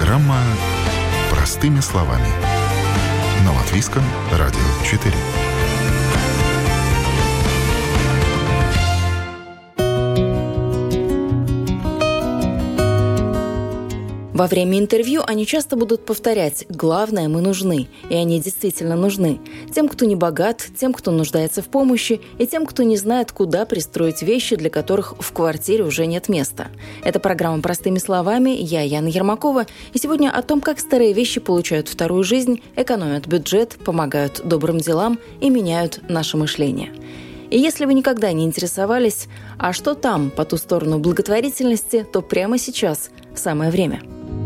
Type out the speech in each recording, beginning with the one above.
Программа «Простыми словами» на Латвийском радио 4. Во время интервью они часто будут повторять «главное, мы нужны», и они действительно нужны. Тем, кто не богат, тем, кто нуждается в помощи, и тем, кто не знает, куда пристроить вещи, для которых в квартире уже нет места. Это программа «Простыми словами». Я Яна Ермакова. И сегодня о том, как старые вещи получают вторую жизнь, экономят бюджет, помогают добрым делам и меняют наше мышление. И если вы никогда не интересовались, а что там по ту сторону благотворительности, то прямо сейчас самое время.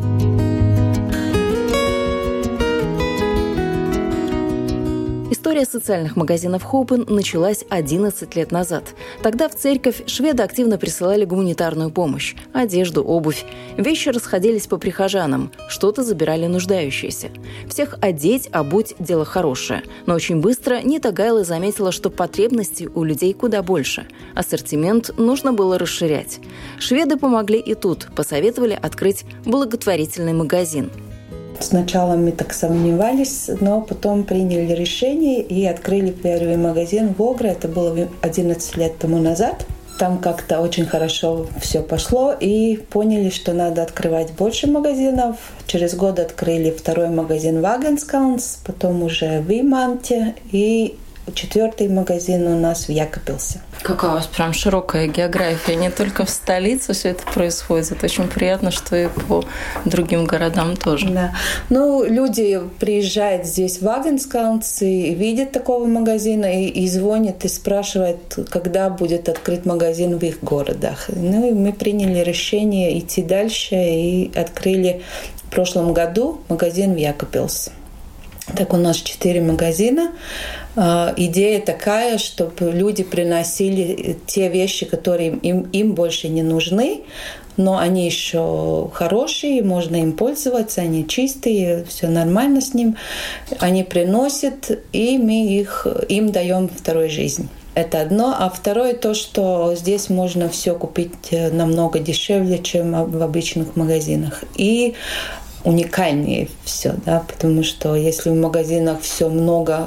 История социальных магазинов Хоупен началась 11 лет назад. Тогда в церковь шведы активно присылали гуманитарную помощь – одежду, обувь. Вещи расходились по прихожанам, что-то забирали нуждающиеся. Всех одеть, обуть – дело хорошее. Но очень быстро Нита Гайле заметила, что потребностей у людей куда больше. Ассортимент нужно было расширять. Шведы помогли и тут, посоветовали открыть благотворительный магазин. Сначала мы так сомневались, но потом приняли решение и открыли первый магазин в Огре. Это было 11 лет тому назад. Там как-то очень хорошо все пошло и поняли, что надо открывать больше магазинов. Через год открыли второй магазин в Агенскалнс, потом уже в Иманте и 4-й магазин у нас в Якобилсе. Какая у вас прям широкая география. Не только в столице все это происходит. Очень приятно, что и по другим городам тоже. Да. Ну, люди приезжают здесь в Агенскалнс и видят такого магазина и звонят и спрашивают, когда будет открыт магазин в их городах. Ну, и мы приняли решение идти дальше и открыли в прошлом году магазин в Якобилсе. Так у нас 4 магазина. Идея такая, чтобы люди приносили те вещи, которые им больше не нужны, но они еще хорошие, можно им пользоваться, они чистые, все нормально с ним. Они приносят, и мы им даем вторую жизнь. Это одно. А второе то, что здесь можно все купить намного дешевле, чем в обычных магазинах. И уникальнее все, да, потому что если в магазинах все много,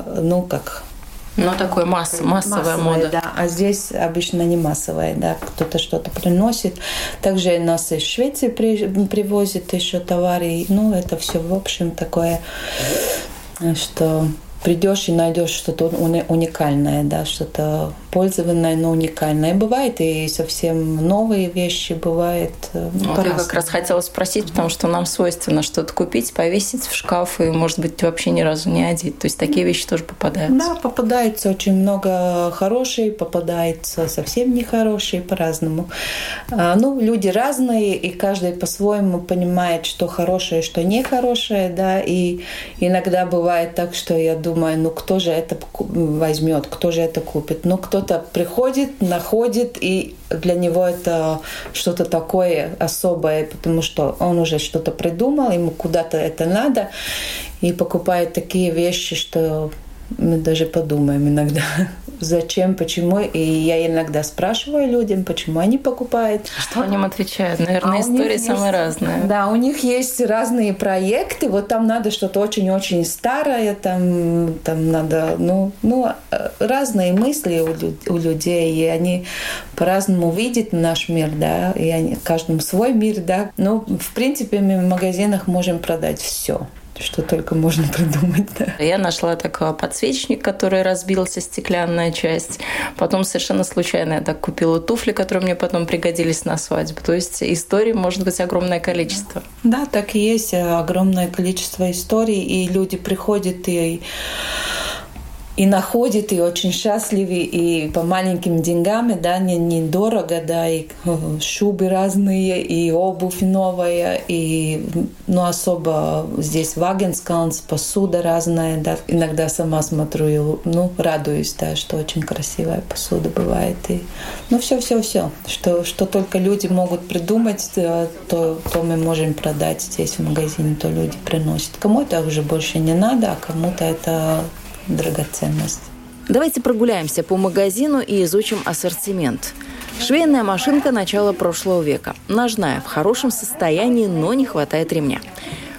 такой массовая мода. Да, а здесь обычно не массовая, да, кто-то что-то приносит. Также нас из Швеции привозят еще товары. Ну, это все в общем такое, что придешь и найдешь что-то уникальное, да, что-то пользованное, но уникальное. Бывает и совсем новые вещи, бывает вот я как раз хотела спросить, потому что нам свойственно что-то купить, повесить в шкаф и, может быть, вообще ни разу не одеть. То есть такие вещи тоже попадаются? Да, попадается очень много хорошие, попадается совсем нехорошие, по-разному. Люди разные, и каждый по-своему понимает, что хорошее, что нехорошее, да, и иногда бывает так, что я думаю, кто же это возьмет, кто же это купит. Кто-то приходит, находит, и для него это что-то такое особое, потому что он уже что-то придумал, ему куда-то это надо, и покупает такие вещи, что мы даже подумаем иногда, зачем, почему. И я иногда спрашиваю людям, почему они покупают. Что они им отвечают? Наверное, истории самые разные. Да, у них есть разные проекты. Вот там надо что-то очень-очень старое, там надо, разные мысли у людей, и они по-разному видят наш мир, да, и они, каждому свой мир, да. В принципе, мы в магазинах можем продать все, что только можно придумать. Да. Я нашла такой подсвечник, который разбился, стеклянная часть. Потом совершенно случайно я так купила туфли, которые мне потом пригодились на свадьбу. То есть историй может быть огромное количество. Да, так и есть огромное количество историй, и люди приходят и находят, и очень счастливы, и по маленьким деньгам, да, недорого, да, и шубы разные, и обувь новая, и, особо здесь в Агенскалнс посуда разная, да, иногда сама смотрю, радуюсь, да, что очень красивая посуда бывает, и, все, что только люди могут придумать, то мы можем продать здесь в магазине, то люди приносят. Кому-то уже больше не надо, а кому-то это драгоценность. Давайте прогуляемся по магазину и изучим ассортимент. Швейная машинка начала прошлого века. Ножная, в хорошем состоянии, но не хватает ремня.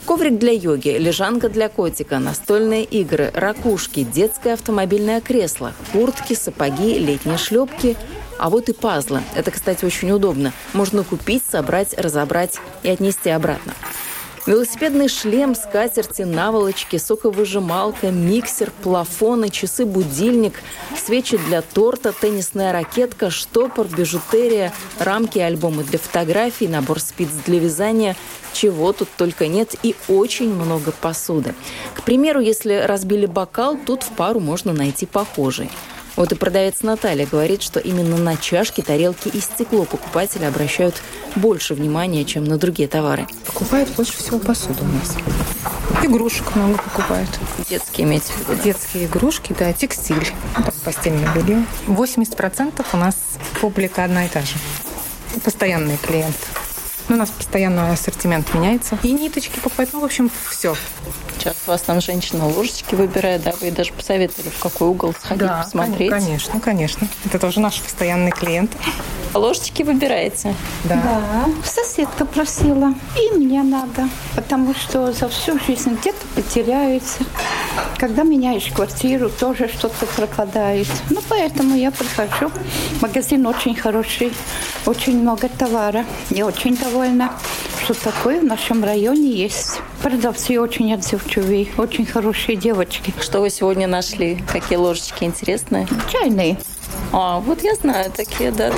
Коврик для йоги, лежанка для котика, настольные игры, ракушки, детское автомобильное кресло, куртки, сапоги, летние шлепки. А вот и пазлы. Это, кстати, очень удобно. Можно купить, собрать, разобрать и отнести обратно. Велосипедный шлем, скатерти, наволочки, соковыжималка, миксер, плафоны, часы, будильник, свечи для торта, теннисная ракетка, штопор, бижутерия, рамки и альбомы для фотографий, набор спиц для вязания. Чего тут только нет, и очень много посуды. К примеру, если разбили бокал, тут в пару можно найти похожий. Вот и продавец Наталья говорит, что именно на чашки, тарелки и стекло покупатели обращают больше внимания, чем на другие товары. Покупают больше всего посуду у нас. Игрушек много покупают. Детские имеете в виду? Детские игрушки, да, текстиль, постельное белье. 80% у нас публика одна и та же. Постоянные клиенты. У нас постоянно ассортимент меняется. И ниточки покупают, в общем, все. Сейчас у вас там женщина ложечки выбирает, да? Вы даже посоветовали, в какой угол сходить, посмотреть. Конечно. Это тоже наши постоянные клиенты. Ложечки выбираете? Да. Соседка просила. И мне надо. Потому что за всю жизнь где-то потеряется. Когда меняешь квартиру, тоже что-то пропадает. Поэтому я прихожу. Магазин очень хороший. Очень много товара. Я очень довольна, что такое в нашем районе есть. Продавцы очень отзывчивые, очень хорошие девочки. Что вы сегодня нашли? Какие ложечки интересные? Чайные. Вот я знаю такие, да.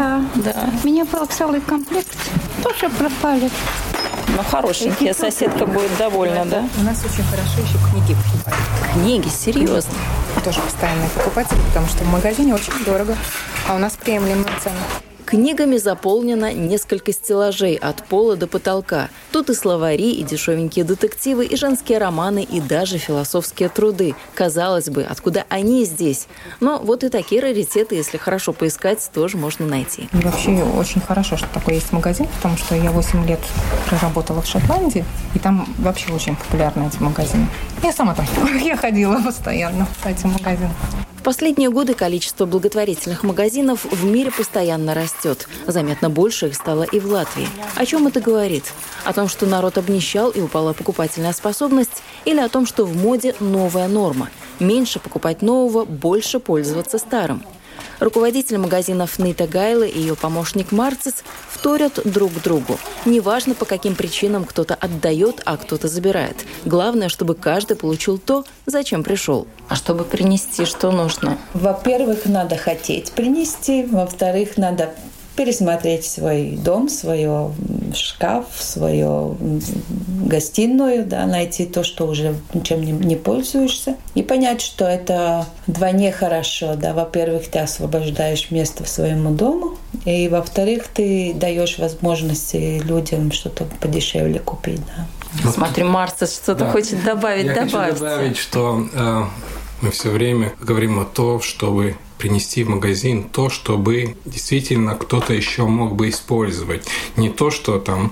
У меня был целый комплект. Тоже пропали. Хорошенькие. Соседка будет довольна, да? У нас очень хорошо еще книги покупают. Книги? Серьезно? Тоже постоянные покупатели, потому что в магазине очень дорого, а у нас приемлемые цены. Книгами заполнено несколько стеллажей от пола до потолка. Тут и словари, и дешевенькие детективы, и женские романы, и даже философские труды. Казалось бы, откуда они здесь? Но вот и такие раритеты, если хорошо поискать, тоже можно найти. И вообще очень хорошо, что такой есть магазин, потому что я 8 лет проработала в Шотландии, и там вообще очень популярны эти магазины. Я сама там ходила постоянно в этим магазинам. В последние годы количество благотворительных магазинов в мире постоянно растет. Заметно больше их стало и в Латвии. О чем это говорит? О том, что народ обнищал и упала покупательная способность? Или о том, что в моде новая норма? Меньше покупать нового, больше пользоваться старым. Руководитель магазинов Нита Гайла и ее помощник Марцис вторят друг другу. Неважно, по каким причинам кто-то отдает, а кто-то забирает. Главное, чтобы каждый получил то, зачем пришел. А чтобы принести, что нужно? Во-первых, надо хотеть принести. Во-вторых, надо пересмотреть свой дом, свой шкаф, свою гостиную, найти то, что уже ничем не пользуешься, и понять, что это вдвойне хорошо. Во-первых, ты освобождаешь место в своему дому, и во-вторых, ты даешь возможности людям что-то подешевле купить. Смотри, Марцис что-то хочет добавить. Я хочу добавить, что мы все время говорим о том, чтобы принести в магазин то, чтобы действительно кто-то еще мог бы использовать. Не то, что там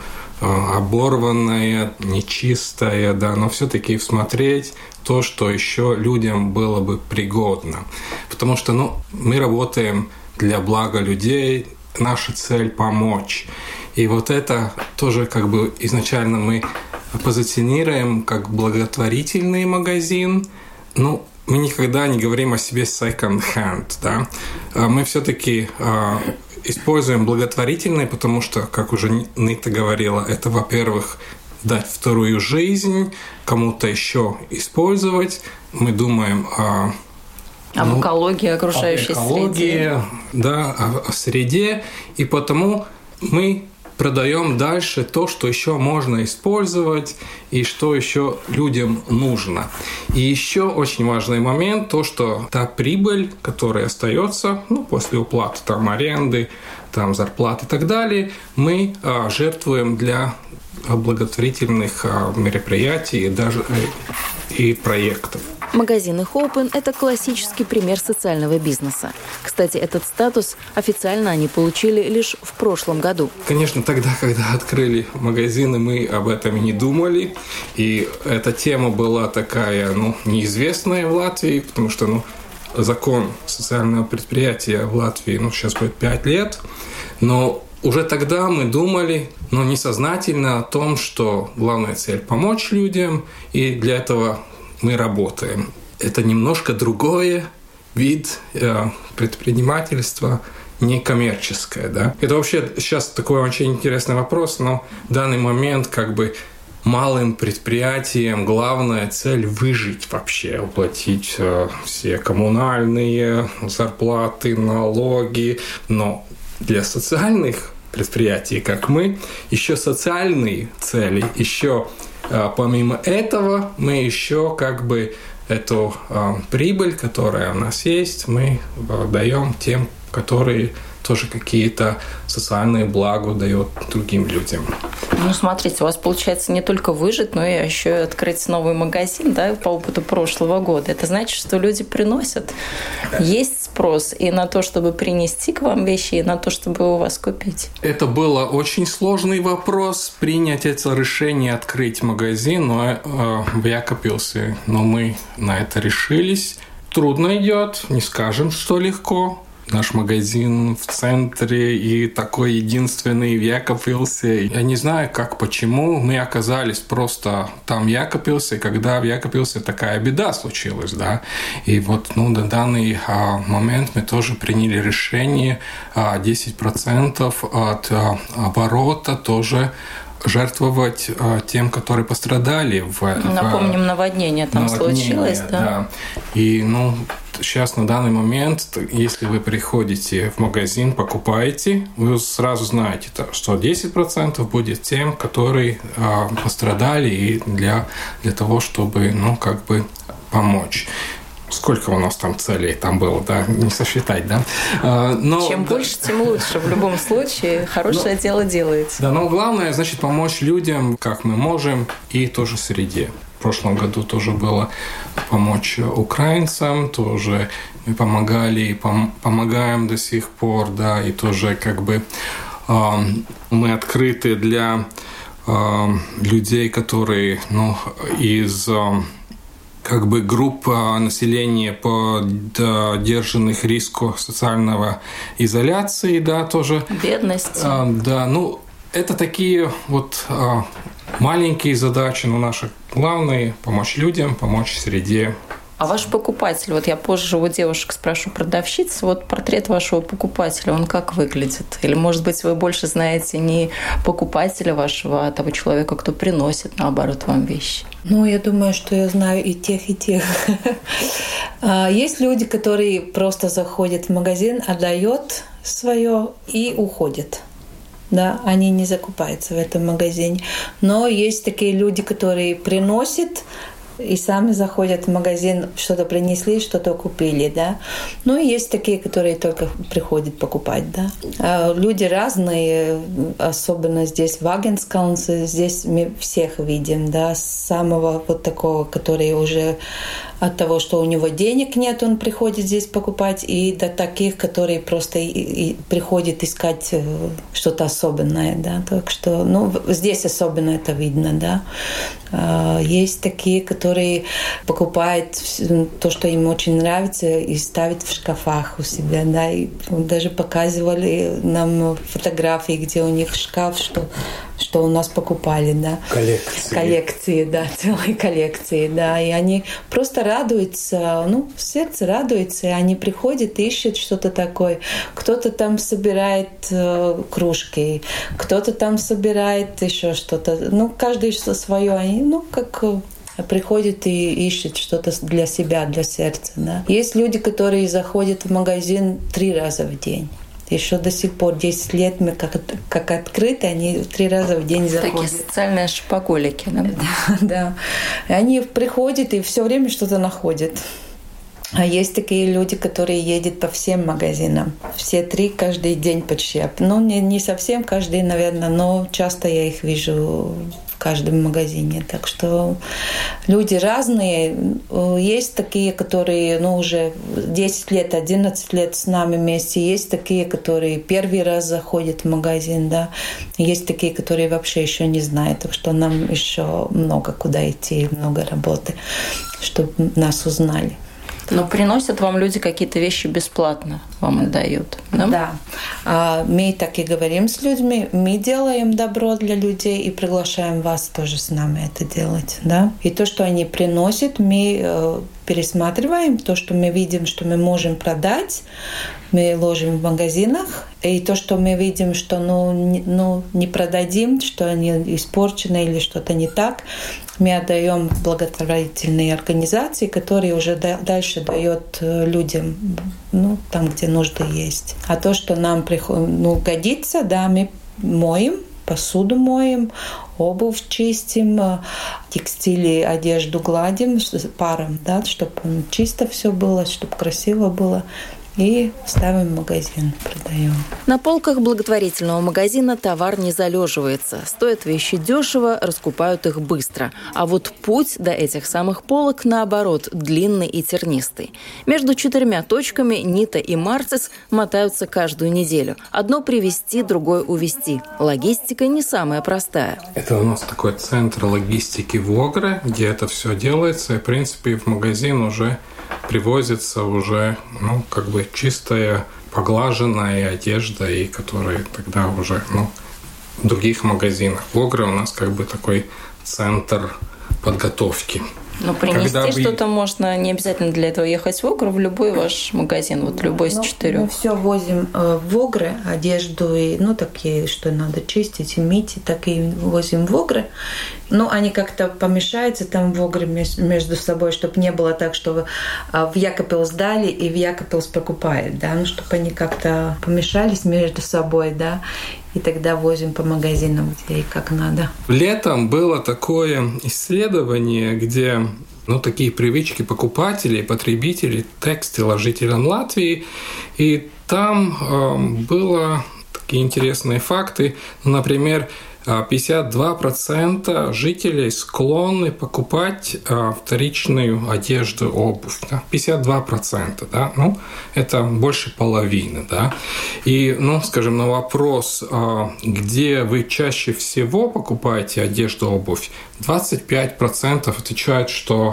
оборванное, нечистое, но все-таки всмотреть то, что еще людям было бы пригодно. Потому что мы работаем для блага людей, наша цель – помочь. И вот это тоже изначально мы позиционируем как благотворительный магазин. Мы никогда не говорим о себе second-hand, да. Мы все-таки используем благотворительные, потому что, как уже Нита говорила, это, во-первых, дать вторую жизнь, кому-то еще использовать. Мы думаем об экологии, окружающей среде. Да, о среде. И потому мы продаем дальше то, что еще можно использовать и что еще людям нужно. И еще очень важный момент, то, что та прибыль, которая остается после уплаты аренды, зарплаты и так далее, мы жертвуем для благотворительных мероприятий и даже и проектов. Магазины Хоупен – это классический пример социального бизнеса. Кстати, этот статус официально они получили лишь в прошлом году. Конечно, тогда, когда открыли магазины, мы об этом и не думали. И эта тема была такая, неизвестная в Латвии, потому что, закон социального предприятия в Латвии, сейчас будет 5 лет. Но уже тогда мы думали, но несознательно, о том, что главная цель – помочь людям, и для этого мы работаем. Это немножко другой вид предпринимательства, некоммерческое. Да? Это вообще сейчас такой очень интересный вопрос, но в данный момент малым предприятиям главная цель – выжить вообще, уплатить все коммунальные зарплаты, налоги. Но для социальных предприятий, как мы, еще социальные цели, еще помимо этого мы еще эту прибыль, которая у нас есть, мы даем тем, которые тоже какие-то социальные блага дают другим людям. Ну, смотрите, у вас получается не только выжить, но и еще и открыть новый магазин, да, по опыту прошлого года. Это значит, что люди приносят. Есть спрос и на то, чтобы принести к вам вещи, и на то, чтобы у вас купить. Это был очень сложный вопрос, принять это решение, открыть магазин в Якобилсе. Но мы на это решились. Трудно идет, не скажем, что легко. Наш магазин в центре и такой единственный в Якобилсе. Я не знаю, почему мы оказались просто там в Якобилсе, когда в Якобилсе такая беда случилась, да. И на данный момент мы тоже приняли решение 10% от оборота тоже жертвовать тем, которые пострадали. Напомним, наводнение там случилось, да? И, сейчас на данный момент, если вы приходите в магазин, покупаете, вы сразу знаете, что 10% будет тем, которые пострадали, и для того, чтобы, помочь. Сколько у нас там целей там было, да, не сосчитать, да. Чем больше, тем лучше. В любом случае, хорошее дело делаете. Да, но главное, помочь людям, как мы можем, и тоже среде. В прошлом году тоже было помочь украинцам, тоже мы помогали и помогаем до сих пор, да, и тоже мы открыты для людей, которые, из групп населения подверженных риску социального изоляции, да, тоже. Бедности. Да, это такие маленькие задачи, но наши главные – помочь людям, помочь среде. А ваш покупатель, я позже у девушек спрошу продавщиц, портрет вашего покупателя, он как выглядит? Или, может быть, вы больше знаете не покупателя вашего, а того человека, кто приносит, наоборот, вам вещи? Я думаю, что я знаю и тех, и тех. Есть люди, которые просто заходят в магазин, отдают свое и уходят. Да, они не закупаются в этом магазине. Но есть такие люди, которые приносят и сами заходят в магазин, что-то принесли, что-то купили, да. И есть такие, которые только приходят покупать, да. Люди разные, особенно здесь в Вагенскаунсе, здесь мы всех видим, да, с самого такого, который уже от того, что у него денег нет, он приходит здесь покупать, и до таких, которые просто и приходят искать что-то особенное, да. Так что, здесь особенно это видно, да. Есть такие, которые покупают то, что им очень нравится, и ставят в шкафах у себя, да. И даже показывали нам фотографии, где у них шкаф, что у нас покупали, да. Коллекции, да, целые коллекции, да. И они просто радуются, сердце радуется, и они приходят, ищут что-то такое. Кто-то там собирает кружки, кто-то там собирает еще что-то. Каждый что свое. Они, приходят и ищут что-то для себя, для сердца, да. Есть люди, которые заходят в магазин 3 раза в день. Еще до сих пор, 10 лет мы как открыты, они 3 раза в день заходят. Такие социальные шопоголики, да? Да. И они приходят и все время что-то находят. А есть такие люди, которые едут по всем магазинам. Все 3 каждый день почти. Не совсем каждый, наверное, но часто я их вижу в каждом магазине. Так что люди разные. Есть такие, которые уже 10 лет, 11 лет с нами вместе. Есть такие, которые первый раз заходят в магазин. Да. Есть такие, которые вообще еще не знают. Так что нам еще много куда идти, много работы, чтобы нас узнали. Но приносят вам люди какие-то вещи бесплатно, вам отдают, да? Да. Мы так и говорим с людьми, мы делаем добро для людей и приглашаем вас тоже с нами это делать, да. И то, что они приносят, мы пересматриваем, то, что мы видим, что мы можем продать, мы ложим в магазинах, и то, что мы видим, что не продадим, что они испорчены или что-то не так, мы отдаем благотворительные организации, которые уже дальше дают людям, там, где нужды есть. А то, что нам годится, да, мы моем, посуду моем, обувь чистим, текстили, одежду гладим с паром, да, чтобы чисто все было, чтобы красиво было. И ставим в магазин, продаем. На полках благотворительного магазина товар не залеживается. Стоят вещи дешево, раскупают их быстро. А вот путь до этих самых полок, наоборот, длинный и тернистый. Между 4 точками Нита и Марцис мотаются каждую неделю. Одно привезти, другое увезти. Логистика не самая простая. Это у нас такой центр логистики в Огре, где это все делается. И, в принципе, в магазин уже привозится уже, чистая, поглаженная одежда, и которая тогда уже, в других магазинах. В Огре у нас такой центр подготовки. Но принести что-то можно, не обязательно для этого ехать в Огру, в любой ваш магазин, любой из 4. Мы все возим в Огры, одежду, и, такие, что надо чистить и мыть, так и возим в Огры. Они как-то помешаются там в Огре между собой, чтобы не было так, что в Якобилс дали и в Якобилс покупают, да, чтобы они как-то помешались между собой, да, и тогда возим по магазинам, где и как надо. Летом было такое исследование, где такие привычки покупателей, потребителей текстиля жителям Латвии, и там было такие интересные факты, например, 52% жителей склонны покупать вторичную одежду, обувь. Да? 52%, да? Это больше половины. Да? И, на вопрос, где вы чаще всего покупаете одежду, обувь, 25% отвечают, что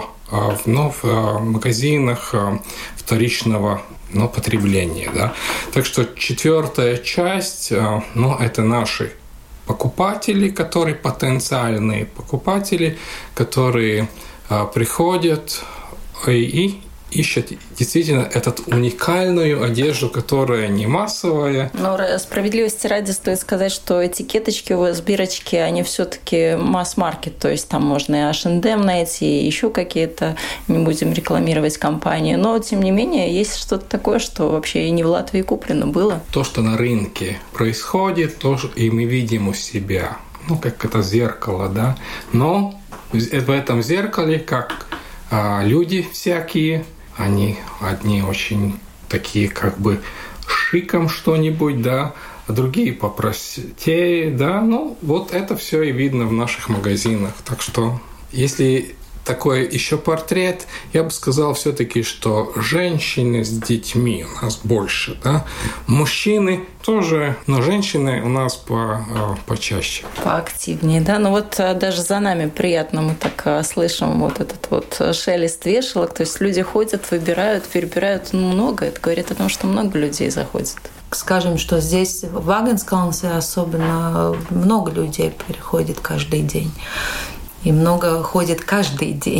в магазинах вторичного потребления. Да? Так что 4 часть, это наши покупатели, которые потенциальные покупатели, которые приходят и ищут действительно эту уникальную одежду, которая не массовая. Но справедливости ради стоит сказать, что этикеточки у вас, бирочки, они все-таки масс-маркет, то есть там можно и H&M найти, и еще какие-то, не будем рекламировать компании, но тем не менее есть что-то такое, что вообще и не в Латвии куплено было. То, что на рынке происходит, то, и мы видим у себя, как это зеркало, да, но в этом зеркале, как люди всякие, они одни очень такие шиком что-нибудь, да, а другие попростее, да, это все и видно в наших магазинах. Так что, если такой еще портрет, я бы сказал все-таки, что женщины с детьми у нас больше, да, мужчины тоже, но женщины у нас почаще. Поактивнее, да, даже за нами приятно, мы так слышим этот шелест вешалок, то есть люди ходят, выбирают, перебирают много, это говорит о том, что много людей заходит. Скажем, что здесь в Вагенскалнсе особенно много людей приходит каждый день. И много ходит каждый день.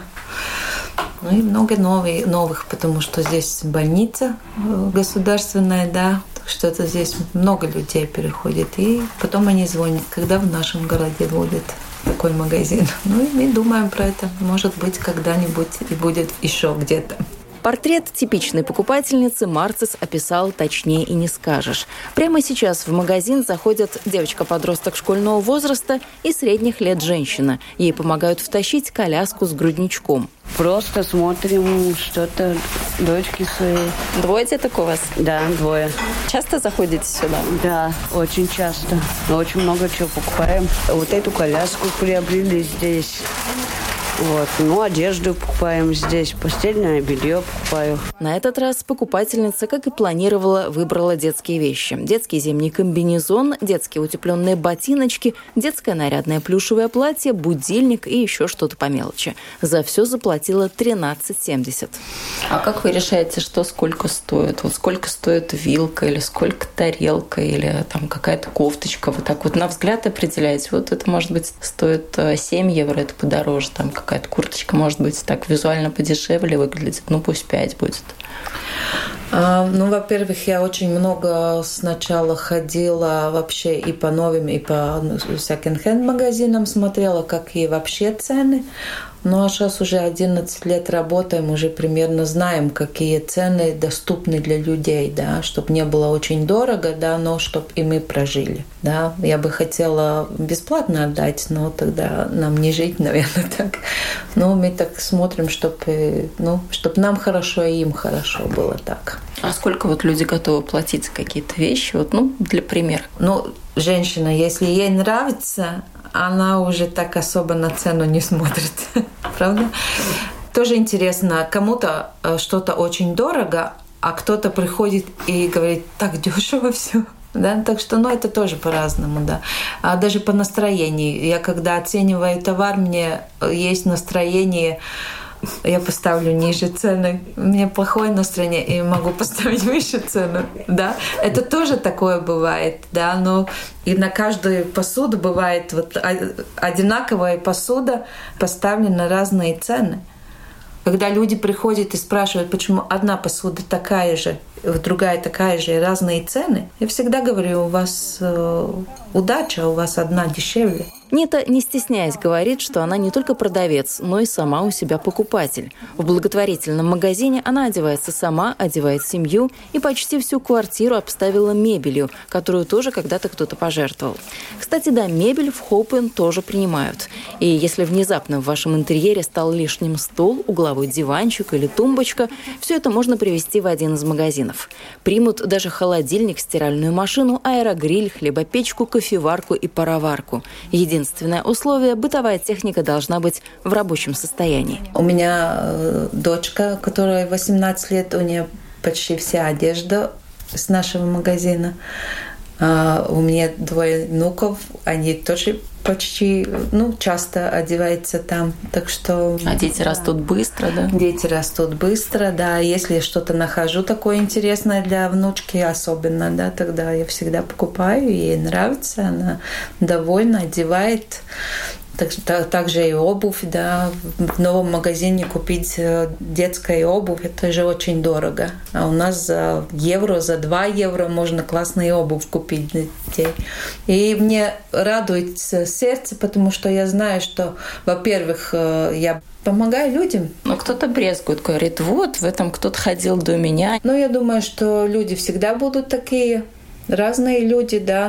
И много новых, потому что здесь больница государственная, да, так что это здесь много людей переходит. И потом они звонят, когда в нашем городе будет такой магазин. И мы думаем про это. Может быть, когда-нибудь и будет еще где-то. Портрет типичной покупательницы Марцис описал точнее и не скажешь. Прямо сейчас в магазин заходят девочка-подросток школьного возраста и средних лет женщина. Ей помогают втащить коляску с грудничком. Просто смотрим что-то, дочки свои. 2 деток у вас? Да, 2. Часто заходите сюда? Да, очень часто. Мы очень много чего покупаем. Вот эту коляску приобрели здесь. Вот. Ну, одежду покупаем здесь, постельное белье покупаю. На этот раз покупательница, как и планировала, выбрала детские вещи. Детский зимний комбинезон, детские утепленные ботиночки, детское нарядное плюшевое платье, будильник и еще что-то по мелочи. За все заплатила 13,70. А как вы решаете, что сколько стоит? Вот сколько стоит вилка или сколько тарелка или там какая-то кофточка? Вы так вот на взгляд определяете? Вот это, может быть, стоит 7 евро, это подороже. Там какая-то курточка, может быть, так визуально подешевле выглядит. Ну, пусть 5 будет. Ну, во-первых, я очень много сначала ходила вообще и по новым, и по секонд-хенд магазинам смотрела, какие вообще цены. Ну, а сейчас уже 11 лет работаем, уже примерно знаем, какие цены доступны для людей, да, чтобы не было очень дорого, да, но чтобы и мы прожили, да. Я бы хотела бесплатно отдать, но тогда нам не жить, наверное, так. Но мы так смотрим, чтобы нам хорошо и им хорошо было так. А сколько вот люди готовы платить за какие-то вещи? Вот, для примера. Женщина, если ей нравится, она уже так особо на цену не смотрит. Правда? Тоже интересно, кому-то что-то очень дорого, а кто-то приходит и говорит, так дешево все. Да? Так что, это тоже по-разному, да. А даже по настроению. Я когда оцениваю товар, мне есть настроение, я поставлю ниже цены. У меня плохое настроение, и могу поставить выше цену. Да? Это тоже такое бывает. Да? Но и на каждую посуду бывает одинаковая посуда поставлена разные цены. Когда люди приходят и спрашивают, почему одна посуда такая же, другая такая же, и разные цены, я всегда говорю, у вас удача, у вас одна дешевле. Нита, не стесняясь, говорит, что она не только продавец, но и сама у себя покупатель. В благотворительном магазине она одевается сама, одевает семью и почти всю квартиру обставила мебелью, которую тоже когда-то кто-то пожертвовал. Кстати, да, мебель в Хоупен тоже принимают. И если внезапно в вашем интерьере стал лишним стол, угловой диванчик или тумбочка, все это можно привезти в один из магазинов. Примут даже холодильник, стиральную машину, аэрогриль, хлебопечку, кофеварку и пароварку. Единственное условие – бытовая техника должна быть в рабочем состоянии. У меня дочка, которой 18 лет, у нее почти вся одежда с нашего магазина. У меня 2 внуков, они тоже почти, часто одеваются там. Так что... А дети растут быстро, да? Дети растут быстро, да. Если что-то нахожу такое интересное для внучки особенно, да, тогда я всегда покупаю, ей нравится, она довольна, одевает. Также и обувь, да. В новом магазине купить детскую обувь – это же очень дорого. А у нас за 2 евро можно классную обувь купить для детей. И мне радует сердце, потому что я знаю, что, во-первых, я помогаю людям. Но кто-то брезгует, говорит, вот, в этом кто-то ходил до меня. Я думаю, что люди всегда будут такие, разные люди, да,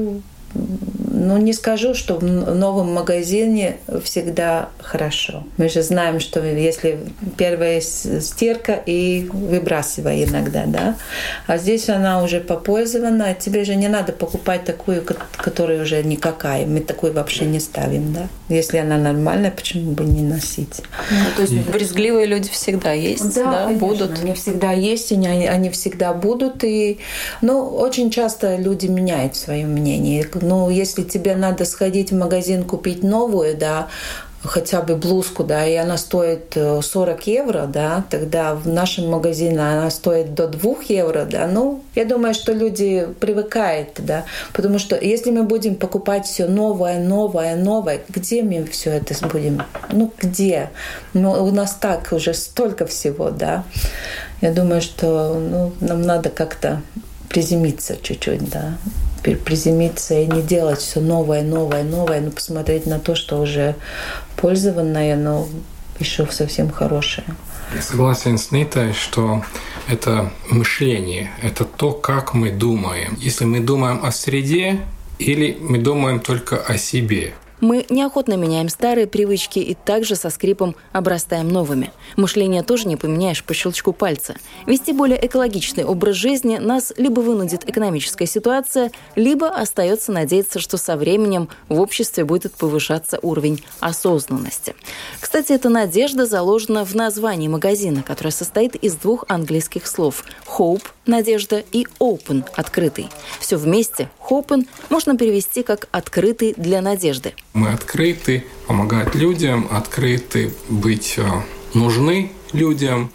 не скажу, что в новом магазине всегда хорошо. Мы же знаем, что если первая стирка и выбрасывай иногда, да. А здесь она уже попользована, тебе же не надо покупать такую, которая уже никакая. Мы такую вообще не ставим, да. Если она нормальная, почему бы не носить? То есть брезгливые люди всегда есть, да, будут. Они всегда есть, и они всегда будут. И, очень часто люди меняют свое мнение. Если тебе надо сходить в магазин, купить новую, да, хотя бы блузку, да, и она стоит 40 евро, да, тогда в нашем магазине она стоит до 2 евро, да, я думаю, что люди привыкают, да, потому что если мы будем покупать все новое, где мы все это будем? Где? У нас так уже столько всего, да. Я думаю, что нам надо как-то приземлиться чуть-чуть, да. Приземлиться и не делать все новое, но посмотреть на то, что уже пользованное, но еще совсем хорошее. Я согласен с Нитой, что это мышление, это то, как мы думаем. Если мы думаем о среде или мы думаем только о себе. Мы неохотно меняем старые привычки и также со скрипом обрастаем новыми. Мышление тоже не поменяешь по щелчку пальца. Вести более экологичный образ жизни нас либо вынудит экономическая ситуация, либо остается надеяться, что со временем в обществе будет повышаться уровень осознанности. Кстати, эта надежда заложена в названии магазина, которое состоит из двух английских слов «hope» – надежда и «open» – открытый. Все вместе «hopen» можно перевести как «открытый для надежды». Мы открыты помогать людям, открыты быть нужны людям.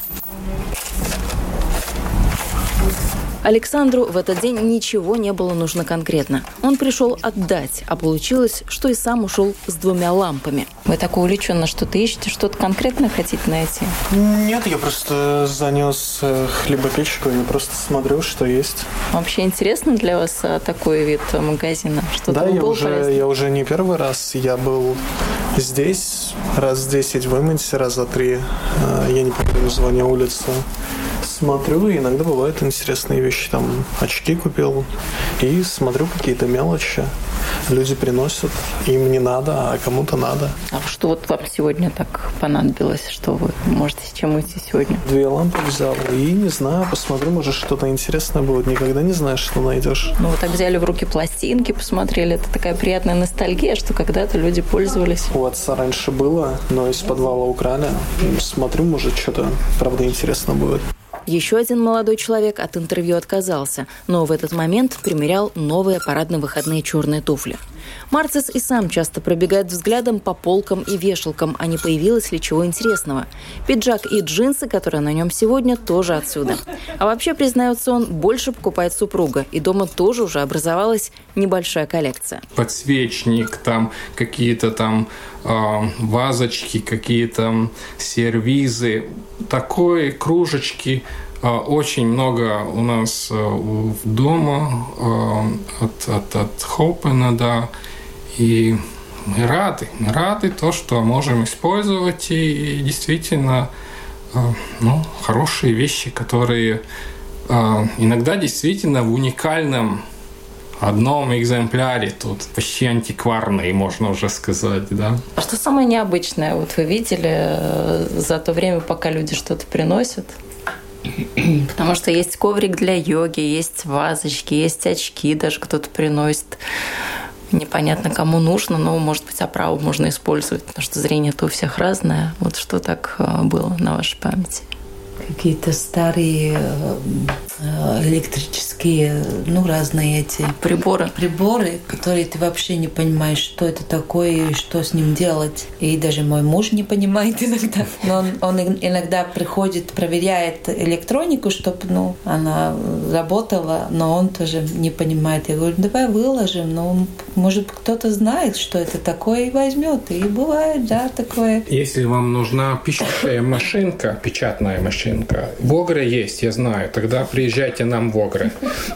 Александру в этот день ничего не было нужно конкретно. Он пришел отдать, а получилось, что и сам ушел с 2 лампами. Вы такой увлеченно что-то ищете, что-то конкретное хотите найти? Нет, я просто занес хлебопечку и просто смотрю, что есть. Вообще интересно для вас такой вид магазина? Да, я уже не первый раз. Я был здесь, раз 10 в Имансе, раза 3. Я не помню название улицы. Смотрю, и иногда бывают интересные вещи. Там очки купил и смотрю какие-то мелочи. Люди приносят, им не надо, а кому-то надо. А что вот вам сегодня так понадобилось? Что вы можете с чем уйти сегодня? 2 лампы взял и, не знаю, посмотрю, может что-то интересное будет. Никогда не знаешь, что найдешь. Ну, вы так взяли в руки пластинки, посмотрели. Это такая приятная ностальгия, что когда-то люди пользовались. У отца раньше было, но из подвала украли. Смотрю, может что-то, правда, интересно будет. Еще один молодой человек от интервью отказался, но в этот момент примерял новые парадно-выходные черные туфли. Марцис и сам часто пробегает взглядом по полкам и вешалкам, а не появилось ли чего интересного. Пиджак и джинсы, которые на нем сегодня, тоже отсюда. А вообще, признается он, больше покупает супруга, и дома тоже уже образовалась небольшая коллекция. Подсвечник, там какие-то там вазочки, какие-то сервизы, такой кружечки. Очень много у нас дома от Хопена, да, и мы рады то, что можем использовать, и действительно хорошие вещи, которые иногда действительно в уникальном одном экземпляре, тут почти антикварный, можно уже сказать, да. А что самое необычное вот вы видели за то время, пока люди что-то приносят? Потому что есть коврик для йоги, есть вазочки, есть очки, даже кто-то приносит. Непонятно, кому нужно, но, может быть, оправу можно использовать, потому что зрение-то у всех разное. Вот что так было на вашей памяти? Какие-то старые электрические, разные эти приборы, которые ты вообще не понимаешь, что это такое и что с ним делать. И даже мой муж не понимает иногда. Но он иногда приходит, проверяет электронику, чтобы она работала, но он тоже не понимает. Я говорю, давай выложим, но может кто-то знает, что это такое, и возьмет. И бывает, да, такое. Если вам нужна пишущая машинка, печатная машинка, в Огре есть, я знаю, тогда приезжайте нам в Огре.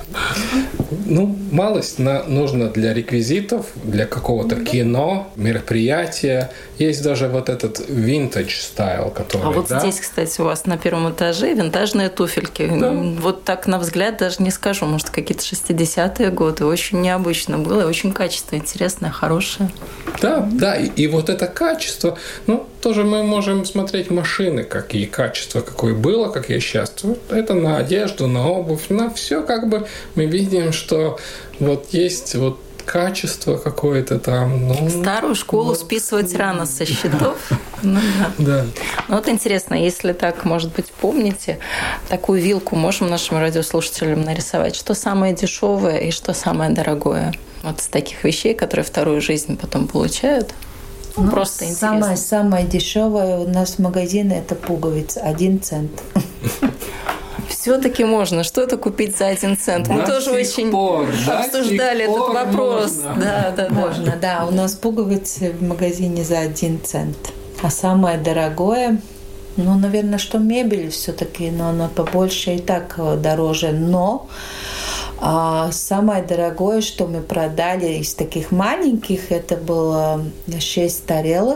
Малость нужно для реквизитов, для какого-то кино, мероприятия. Есть даже вот этот винтаж стайл, который... А вот здесь, кстати, у вас на первом этаже винтажные туфельки. Да. Вот так на взгляд даже не скажу. Может, какие-то 60-е годы. Очень необычно было, и очень качество интересное, хорошее. Да. И вот это качество... тоже мы можем смотреть машины, какие качества, какое было, как я сейчас. Это на одежду, на обувь, на все мы видим, что вот есть вот качество какое-то там. Старую школу списывать рано со счетов. Да. Вот интересно, если так, может быть, помните, такую вилку можем нашим радиослушателям нарисовать? Что самое дешевое и что самое дорогое? Вот с таких вещей, которые вторую жизнь потом получают. Просто интересно. Самое дешевое у нас в магазине – это пуговица, 1 цент. Все-таки можно что-то купить за 1 цент. Мы тоже очень обсуждали этот вопрос. Да. Можно, да. У нас пуговицы в магазине за 1 цент. А самое дорогое, наверное, что мебель все-таки, но она побольше и так дороже. Но самое дорогое, что мы продали из таких маленьких, это было 6 тарелок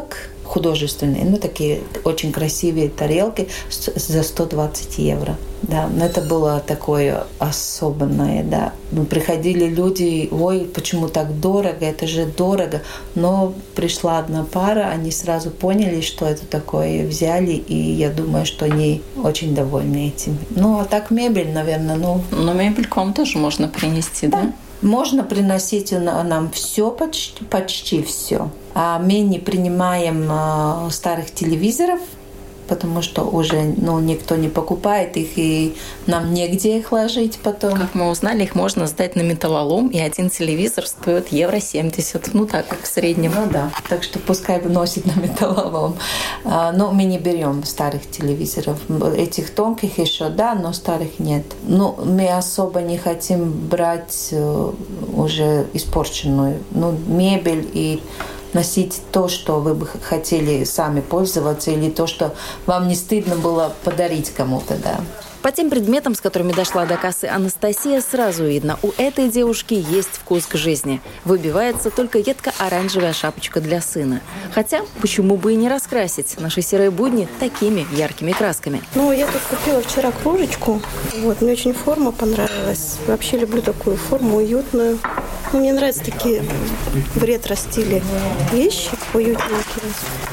художественные, такие очень красивые тарелки за 120 евро. Да, но это было такое особенное, да. Приходили люди, ой, почему так дорого, это же дорого. Но пришла одна пара, они сразу поняли, что это такое, взяли, и я думаю, что они очень довольны этим. А так мебель, наверное, Но мебель к вам тоже можно принести, да? Можно приносить нам все, почти все. А мы не принимаем старых телевизоров, потому что уже никто не покупает их, и нам негде их ложить потом. Как мы узнали, их можно сдать на металлолом, и один телевизор стоит евро 70. Так, как в среднем. Да. Так что пускай носит на металлолом. Но мы не берем старых телевизоров. Этих тонких еще, да, но старых нет. Мы особо не хотим брать уже испорченную мебель и носить то, что вы бы хотели сами пользоваться, или то, что вам не стыдно было подарить кому-то, да. По тем предметам, с которыми дошла до кассы Анастасия, сразу видно, у этой девушки есть вкус к жизни. Выбивается только едко-оранжевая шапочка для сына. Хотя, почему бы и не раскрасить наши серые будни такими яркими красками? Я тут купила вчера кружечку. Мне очень форма понравилась. Вообще люблю такую форму, уютную. Мне нравятся такие в ретро-стиле вещи, уютненькие.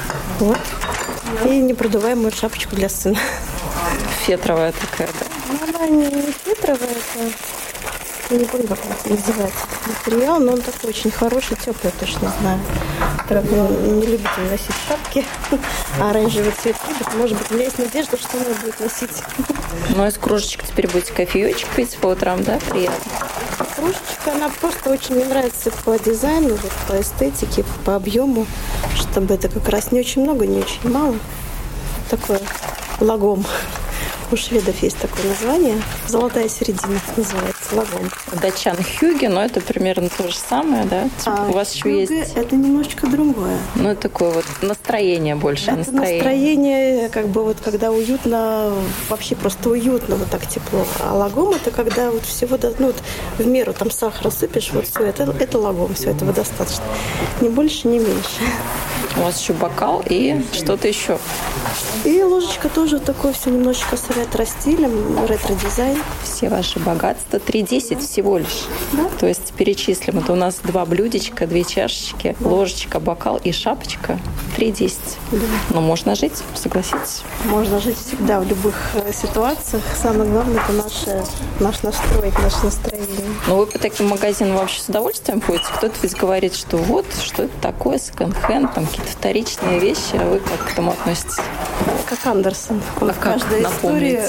И непродуваемую шапочку для сына. Фетровая такая, да? Она не фетровая, я не помню, как это называется, материал, но он такой очень хороший, теплый, точно знаю. Не любите носить шапки, а оранжевый цвет любит. Может быть, у меня есть надежда, что она будет носить. Из кружечек теперь будете кофеечек пить по утрам, да? Приятно. Кружечка, она просто очень мне нравится по дизайну, по эстетике, по объему, чтобы это как раз не очень много, не очень мало. Такое лагом. У шведов есть такое название. «Золотая середина» называется, лагом. Датчан Хюге, но это примерно то же самое, да? У вас еще есть... это немножечко другое. Это такое настроение больше. Это настроение, когда уютно, вообще просто уютно, так тепло. А лагом это когда всего, в меру там сахара сыпешь, все, это лагом, все этого достаточно. Ни больше, ни меньше. У вас еще бокал и что-то еще. И ложечка тоже такой, все немножечко с ретро-стилем, ретро-дизайн. Все ваши богатства 3,10 всего лишь. Да? То есть перечислим. Это у нас 2 блюдечка, 2 чашечки, ложечка, бокал и шапочка. 3,10. Да. Но можно жить, согласитесь? Можно жить всегда, в любых ситуациях. Самое главное – это наш настрой, наше настроение. Вы по таким магазинам вообще с удовольствием ходите? Кто-то ведь говорит, что что это такое, секонд-хенд, какие-то вторичные вещи, а вы как к этому относитесь? Как Андерсон. Он в каждой истории,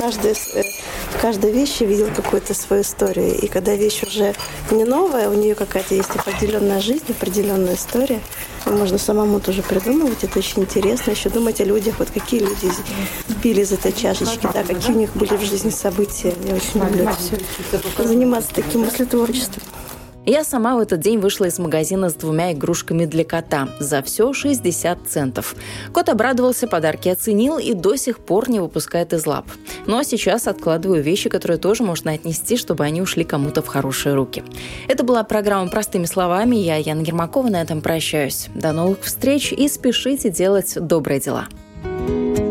в каждой вещи видел какую-то свою историю. И когда вещь уже не новая, у нее какая-то есть определенная жизнь, определенная история. Можно самому тоже придумывать, это очень интересно. Еще думать о людях, какие люди пили из этой чашечки, какие у них были в жизни события. Я очень люблю это все. Заниматься таким мыслетворчеством. Я сама в этот день вышла из магазина с 2 игрушками для кота. За все 60 центов. Кот обрадовался, подарки оценил и до сих пор не выпускает из лап. А сейчас откладываю вещи, которые тоже можно отнести, чтобы они ушли кому-то в хорошие руки. Это была программа «Простыми словами». Я, Яна Ермакова, на этом прощаюсь. До новых встреч и спешите делать добрые дела.